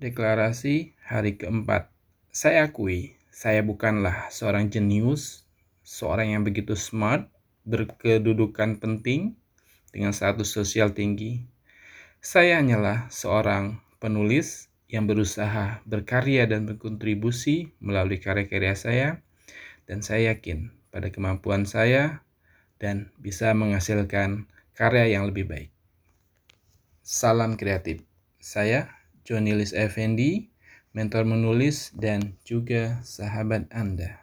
Deklarasi hari keempat. Saya akui, saya bukanlah seorang jenius, seorang yang begitu smart, berkedudukan penting, dengan status sosial tinggi. Saya hanyalah seorang penulis yang berusaha berkarya dan berkontribusi melalui karya-karya saya, dan saya yakin pada kemampuan saya dan bisa menghasilkan karya yang lebih baik. Salam kreatif. Saya Johnny Lis Effendi, mentor menulis dan juga sahabat Anda.